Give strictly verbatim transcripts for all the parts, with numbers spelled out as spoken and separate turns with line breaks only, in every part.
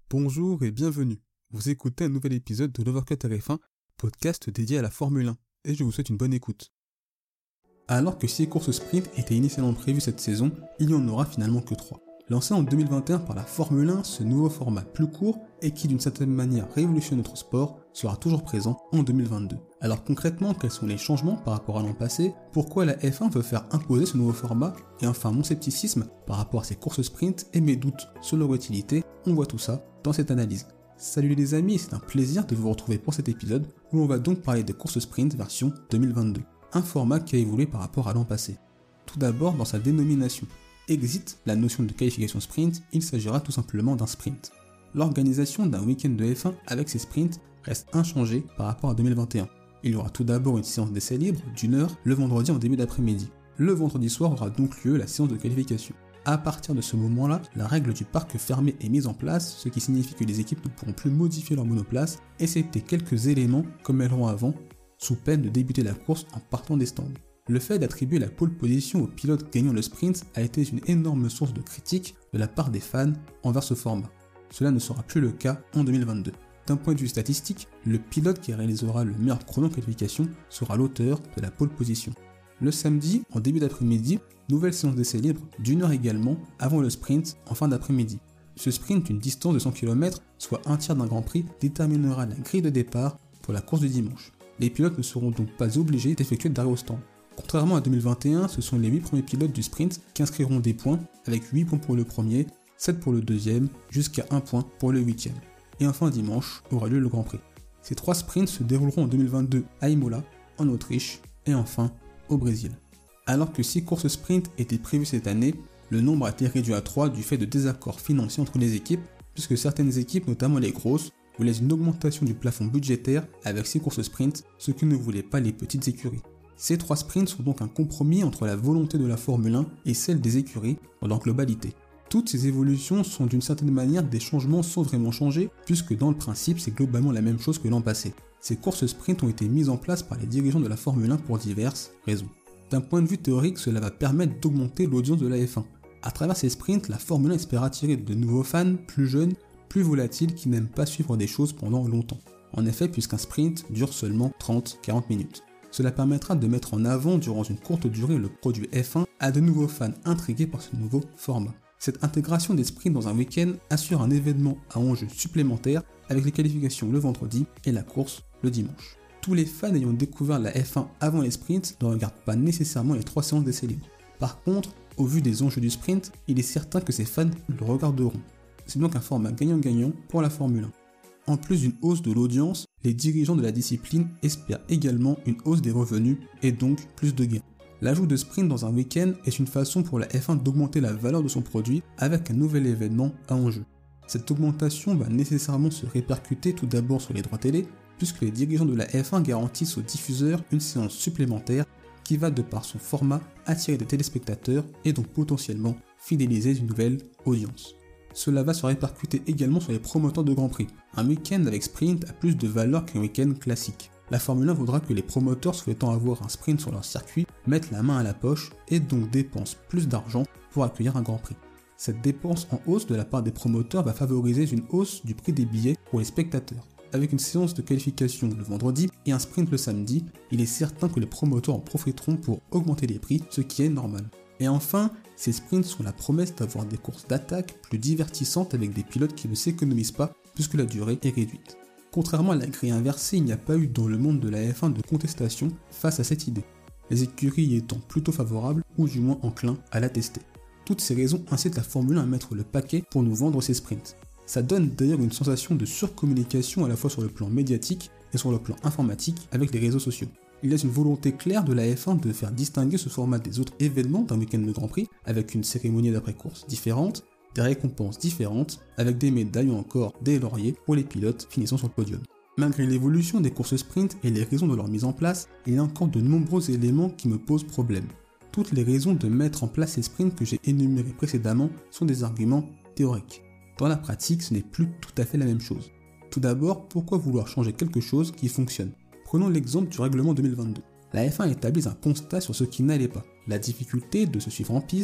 Bonjour et bienvenue. Vous écoutez un nouvel épisode de l'Overcut R F un, podcast dédié à la Formule un, et je vous souhaite une bonne écoute. Alors que six courses sprint étaient initialement prévues cette saison, il n'y en aura finalement que trois. Lancé en deux mille vingt et un par la Formule un, ce nouveau format plus court et qui d'une certaine manière révolutionne notre sport sera toujours présent en deux mille vingt-deux. Alors concrètement, quels sont les changements par rapport à l'an passé? Pourquoi la F un veut faire imposer ce nouveau format? Et enfin mon scepticisme par rapport à ces courses sprint et mes doutes sur leur utilité, on voit tout ça dans cette analyse. Salut les amis, c'est un plaisir de vous retrouver pour cet épisode où on va donc parler des courses sprint version deux mille vingt-deux. Un format qui a évolué par rapport à l'an passé. Tout d'abord dans sa dénomination. Exit la notion de qualification sprint, il s'agira tout simplement d'un sprint. L'organisation d'un week-end de F un avec ses sprints reste inchangée par rapport à deux mille vingt et un. Il y aura tout d'abord une séance d'essai libre d'une heure le vendredi en début d'après-midi. Le vendredi soir aura donc lieu la séance de qualification. À partir de ce moment-là, la règle du parc fermé est mise en place, ce qui signifie que les équipes ne pourront plus modifier leur monoplace, excepté quelques éléments comme elles l'ont avant, sous peine de débuter la course en partant des stands. Le fait d'attribuer la pole position au pilote gagnant le sprint a été une énorme source de critiques de la part des fans envers ce format. Cela ne sera plus le cas en deux mille vingt-deux. D'un point de vue statistique, le pilote qui réalisera le meilleur chrono de qualification sera l'auteur de la pole position. Le samedi, en début d'après-midi, nouvelle séance d'essai libre d'une heure également avant le sprint en fin d'après-midi. Ce sprint d'une distance de cent kilomètres, soit un tiers d'un Grand Prix, déterminera la grille de départ pour la course du dimanche. Les pilotes ne seront donc pas obligés d'effectuer d'arrêt au stand. Contrairement à deux mille vingt et un, ce sont les huit premiers pilotes du sprint qui inscriront des points, avec huit points pour le premier, sept pour le deuxième, jusqu'à un point pour le huitième. Et enfin dimanche aura lieu le Grand Prix. Ces trois sprints se dérouleront en deux mille vingt-deux à Imola, en Autriche, et enfin au Brésil. Alors que six courses sprint étaient prévues cette année, le nombre a été réduit à trois du fait de désaccords financiers entre les équipes, puisque certaines équipes, notamment les grosses, voulaient une augmentation du plafond budgétaire avec six courses sprint, ce que ne voulaient pas les petites écuries. Ces trois sprints sont donc un compromis entre la volonté de la Formule un et celle des écuries dans leur globalité. Toutes ces évolutions sont d'une certaine manière des changements sans vraiment changer, puisque dans le principe c'est globalement la même chose que l'an passé. Ces courses sprint ont été mises en place par les dirigeants de la Formule un pour diverses raisons. D'un point de vue théorique, cela va permettre d'augmenter l'audience de la F un. À travers ces sprints, la Formule un espère attirer de nouveaux fans plus jeunes, plus volatiles qui n'aiment pas suivre des choses pendant longtemps. En effet, puisqu'un sprint dure seulement trente à quarante minutes. Cela permettra de mettre en avant durant une courte durée le produit F un à de nouveaux fans intrigués par ce nouveau format. Cette intégration des sprints dans un week-end assure un événement à enjeu supplémentaire avec les qualifications le vendredi et la course le dimanche. Tous les fans ayant découvert la F un avant les sprints ne regardent pas nécessairement les trois séances d'essai libre. Par contre, au vu des enjeux du sprint, il est certain que ces fans le regarderont. C'est donc un format gagnant-gagnant pour la Formule un. En plus d'une hausse de l'audience, les dirigeants de la discipline espèrent également une hausse des revenus et donc plus de gains. L'ajout de sprint dans un week-end est une façon pour la F un d'augmenter la valeur de son produit avec un nouvel événement à enjeu. Cette augmentation va nécessairement se répercuter tout d'abord sur les droits télé, puisque les dirigeants de la F un garantissent aux diffuseurs une séance supplémentaire qui va de par son format attirer des téléspectateurs et donc potentiellement fidéliser une nouvelle audience. Cela va se répercuter également sur les promoteurs de Grand Prix. Un week-end avec sprint a plus de valeur qu'un week-end classique. La Formule un voudra que les promoteurs souhaitant avoir un sprint sur leur circuit mettent la main à la poche et donc dépensent plus d'argent pour accueillir un Grand Prix. Cette dépense en hausse de la part des promoteurs va favoriser une hausse du prix des billets pour les spectateurs. Avec une séance de qualification le vendredi et un sprint le samedi, il est certain que les promoteurs en profiteront pour augmenter les prix, ce qui est normal. Et enfin, ces sprints sont la promesse d'avoir des courses d'attaque plus divertissantes avec des pilotes qui ne s'économisent pas puisque la durée est réduite. Contrairement à la grille inversée, il n'y a pas eu dans le monde de la F un de contestation face à cette idée, les écuries étant plutôt favorables ou du moins enclins à la tester. Toutes ces raisons incitent la Formule un à mettre le paquet pour nous vendre ces sprints. Ça donne d'ailleurs une sensation de surcommunication à la fois sur le plan médiatique et sur le plan informatique avec les réseaux sociaux. Il y a une volonté claire de la F un de faire distinguer ce format des autres événements d'un week-end de Grand Prix, avec une cérémonie d'après-course différente, des récompenses différentes, avec des médailles ou encore des lauriers pour les pilotes finissant sur le podium. Malgré l'évolution des courses sprint et les raisons de leur mise en place, il y a encore de nombreux éléments qui me posent problème. Toutes les raisons de mettre en place ces sprints que j'ai énumérés précédemment sont des arguments théoriques. Dans la pratique, ce n'est plus tout à fait la même chose. Tout d'abord, pourquoi vouloir changer quelque chose qui fonctionne ? Prenons l'exemple du règlement deux mille vingt-deux. La F un établit un constat sur ce qui n'allait pas, la difficulté de se suivre en piste,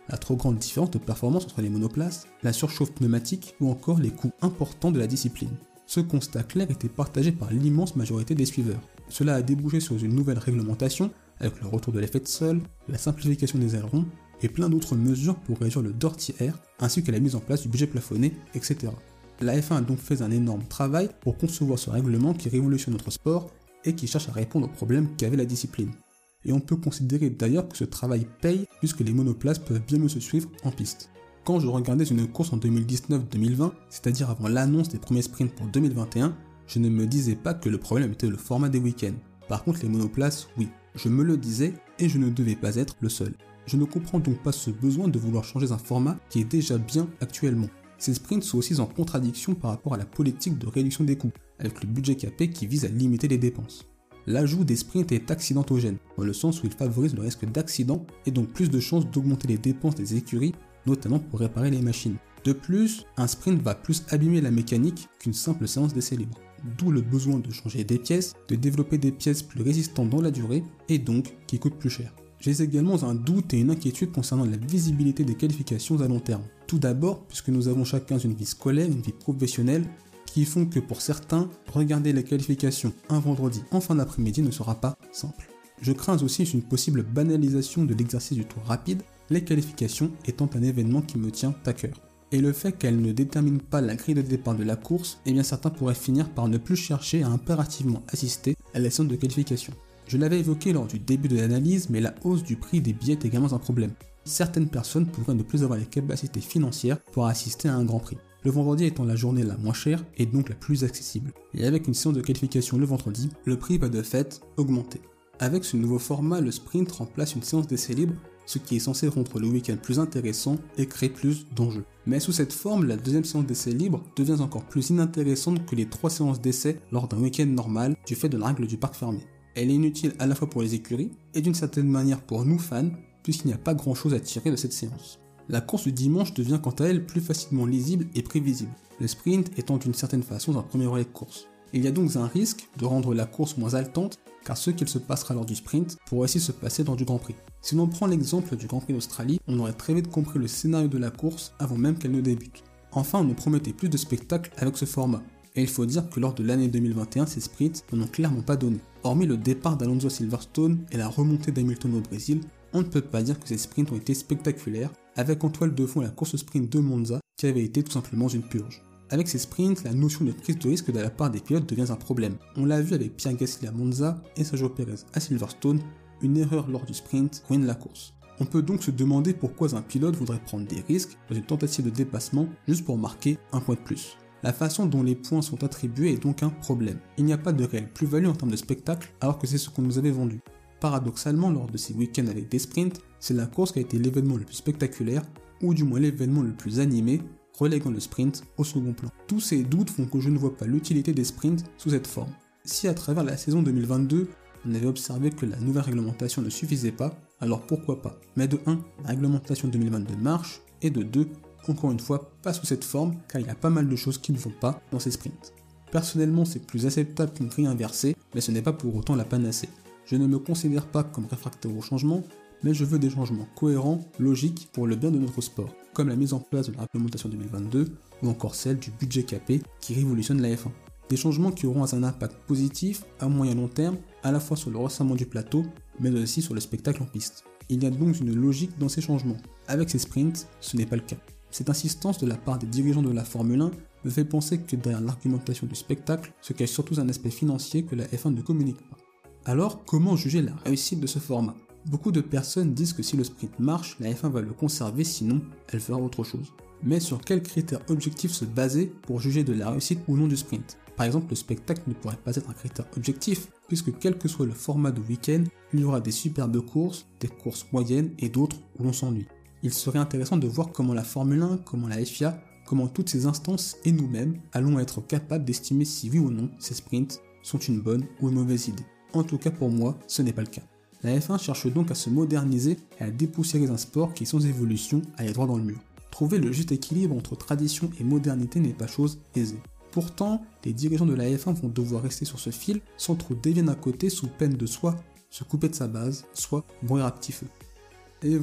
la trop grande différence de performance entre les monoplaces, la surchauffe pneumatique ou encore les coûts importants de la discipline. Ce constat clair était partagé par l'immense majorité des suiveurs. Cela a débouché sur une nouvelle réglementation, avec le retour de l'effet de sol, la simplification des ailerons, et plein d'autres mesures pour réduire le dirty air, ainsi que la mise en place du budget plafonné, et cetera. La F un a donc fait un énorme travail pour concevoir ce règlement qui révolutionne notre sport et qui cherche à répondre aux problèmes qu'avait la discipline. Et on peut considérer d'ailleurs que ce travail paye puisque les monoplaces peuvent bien mieux se suivre en piste. Quand je regardais une course en deux mille dix-neuf deux mille vingt, c'est-à-dire avant l'annonce des premiers sprints pour deux mille vingt et un, je ne me disais pas que le problème était le format des week-ends. Par contre les monoplaces, oui, je me le disais et je ne devais pas être le seul. Je ne comprends donc pas ce besoin de vouloir changer un format qui est déjà bien actuellement. Ces sprints sont aussi en contradiction par rapport à la politique de réduction des coûts, avec le budget capé qui vise à limiter les dépenses. L'ajout des sprints est accidentogène, dans le sens où il favorise le risque d'accident et donc plus de chances d'augmenter les dépenses des écuries, notamment pour réparer les machines. De plus, un sprint va plus abîmer la mécanique qu'une simple séance d'essai libre. D'où le besoin de changer des pièces, de développer des pièces plus résistantes dans la durée et donc qui coûtent plus cher. J'ai également un doute et une inquiétude concernant la visibilité des qualifications à long terme. Tout d'abord, puisque nous avons chacun une vie scolaire, une vie professionnelle, qui font que pour certains, regarder les qualifications un vendredi en fin d'après-midi ne sera pas simple. Je crains aussi une possible banalisation de l'exercice du tour rapide, les qualifications étant un événement qui me tient à cœur. Et le fait qu'elles ne déterminent pas la grille de départ de la course, eh bien certains pourraient finir par ne plus chercher à impérativement assister à la séance de qualification. Je l'avais évoqué lors du début de l'analyse, mais la hausse du prix des billets est également un problème. Certaines personnes pourraient ne plus avoir les capacités financières pour assister à un grand prix. Le vendredi étant la journée la moins chère et donc la plus accessible. Et avec une séance de qualification le vendredi, le prix va de fait augmenter. Avec ce nouveau format, le sprint remplace une séance d'essai libre, ce qui est censé rendre le week-end plus intéressant et créer plus d'enjeux. Mais sous cette forme, la deuxième séance d'essai libre devient encore plus inintéressante que les trois séances d'essai lors d'un week-end normal du fait de la règle du parc fermé. Elle est inutile à la fois pour les écuries et d'une certaine manière pour nous fans, puisqu'il n'y a pas grand chose à tirer de cette séance. La course du dimanche devient quant à elle plus facilement lisible et prévisible, le sprint étant d'une certaine façon un premier relais de course. Il y a donc un risque de rendre la course moins haletante, car ce qu'il se passera lors du sprint pourrait aussi se passer lors du Grand Prix. Si l'on prend l'exemple du Grand Prix d'Australie, on aurait très vite compris le scénario de la course avant même qu'elle ne débute. Enfin, on nous promettait plus de spectacles avec ce format. Et il faut dire que lors de l'année deux mille vingt et un, ces sprints n'en ont clairement pas donné. Hormis le départ d'Alonso à Silverstone et la remontée d'Hamilton au Brésil, on ne peut pas dire que ces sprints ont été spectaculaires, avec en toile de fond la course sprint de Monza qui avait été tout simplement une purge. Avec ces sprints, la notion de prise de risque de la part des pilotes devient un problème. On l'a vu avec Pierre Gasly à Monza et Sergio Pérez à Silverstone, une erreur lors du sprint ruine la course. On peut donc se demander pourquoi un pilote voudrait prendre des risques dans une tentative de dépassement juste pour marquer un point de plus. La façon dont les points sont attribués est donc un problème. Il n'y a pas de réelle plus-value en termes de spectacle alors que c'est ce qu'on nous avait vendu. Paradoxalement, lors de ces week-ends avec des sprints, c'est la course qui a été l'événement le plus spectaculaire, ou du moins l'événement le plus animé, reléguant le sprint au second plan. Tous ces doutes font que je ne vois pas l'utilité des sprints sous cette forme. Si à travers la saison deux mille vingt-deux, on avait observé que la nouvelle réglementation ne suffisait pas, alors pourquoi pas. Mais de un, la réglementation deux mille vingt-deux marche, et de deux, encore une fois, pas sous cette forme, car il y a pas mal de choses qui ne vont pas dans ces sprints. Personnellement, c'est plus acceptable qu'une grille inversée, mais ce n'est pas pour autant la panacée. Je ne me considère pas comme réfractaire au changement, mais je veux des changements cohérents, logiques pour le bien de notre sport, comme la mise en place de la réglementation deux mille vingt-deux ou encore celle du budget capé qui révolutionne la F un. Des changements qui auront un impact positif à moyen long terme, à la fois sur le resserrement du plateau, mais aussi sur le spectacle en piste. Il y a donc une logique dans ces changements. Avec ces sprints, ce n'est pas le cas. Cette insistance de la part des dirigeants de la Formule un me fait penser que derrière l'argumentation du spectacle se cache surtout un aspect financier que la F un ne communique pas. Alors, comment juger la réussite de ce format ? Beaucoup de personnes disent que si le sprint marche, la F un va le conserver, sinon elle fera autre chose. Mais sur quels critères objectifs se baser pour juger de la réussite ou non du sprint ? Par exemple, le spectacle ne pourrait pas être un critère objectif, puisque quel que soit le format de week-end, il y aura des superbes courses, des courses moyennes et d'autres où l'on s'ennuie. Il serait intéressant de voir comment la Formule un, comment la F I A, comment toutes ces instances et nous-mêmes allons être capables d'estimer si oui ou non ces sprints sont une bonne ou une mauvaise idée. En tout cas pour moi, ce n'est pas le cas. La F un cherche donc à se moderniser et à dépoussiérer un sport qui sans évolution allait droit dans le mur. Trouver le juste équilibre entre tradition et modernité n'est pas chose aisée. Pourtant, les dirigeants de la F un vont devoir rester sur ce fil sans trop dévier d'un côté sous peine de soit se couper de sa base, soit mourir à petit feu. Et vous,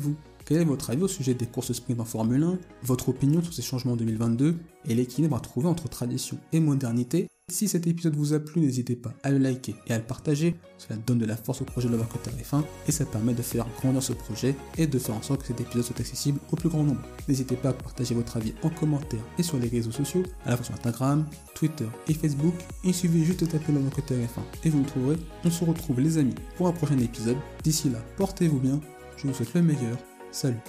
Quel est votre avis au sujet des courses sprint en Formule un, votre opinion sur ces changements en deux mille vingt-deux et l'équilibre à trouver entre tradition et modernité? Si cet épisode vous a plu, n'hésitez pas à le liker et à le partager, cela donne de la force au projet de l'Overcutter F un et ça permet de faire grandir ce projet et de faire en sorte que cet épisode soit accessible au plus grand nombre. N'hésitez pas à partager votre avis en commentaire et sur les réseaux sociaux, à la fois sur Instagram, Twitter et Facebook. Il suffit juste de taper l'Overcutter F un et vous me trouverez. On se retrouve les amis pour un prochain épisode. D'ici là, portez-vous bien, je vous souhaite le meilleur. Salut.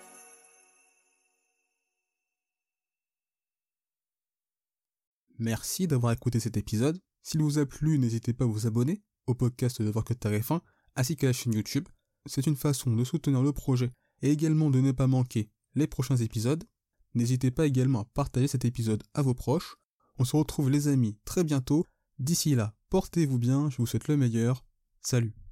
Merci d'avoir écouté cet épisode. S'il vous a plu, n'hésitez pas à vous abonner au podcast de L'Overcutter F un ainsi qu'à la chaîne YouTube. C'est une façon de soutenir le projet et également de ne pas manquer les prochains épisodes. N'hésitez pas également à partager cet épisode à vos proches. On se retrouve les amis très bientôt. D'ici là, portez-vous bien, je vous souhaite le meilleur. Salut.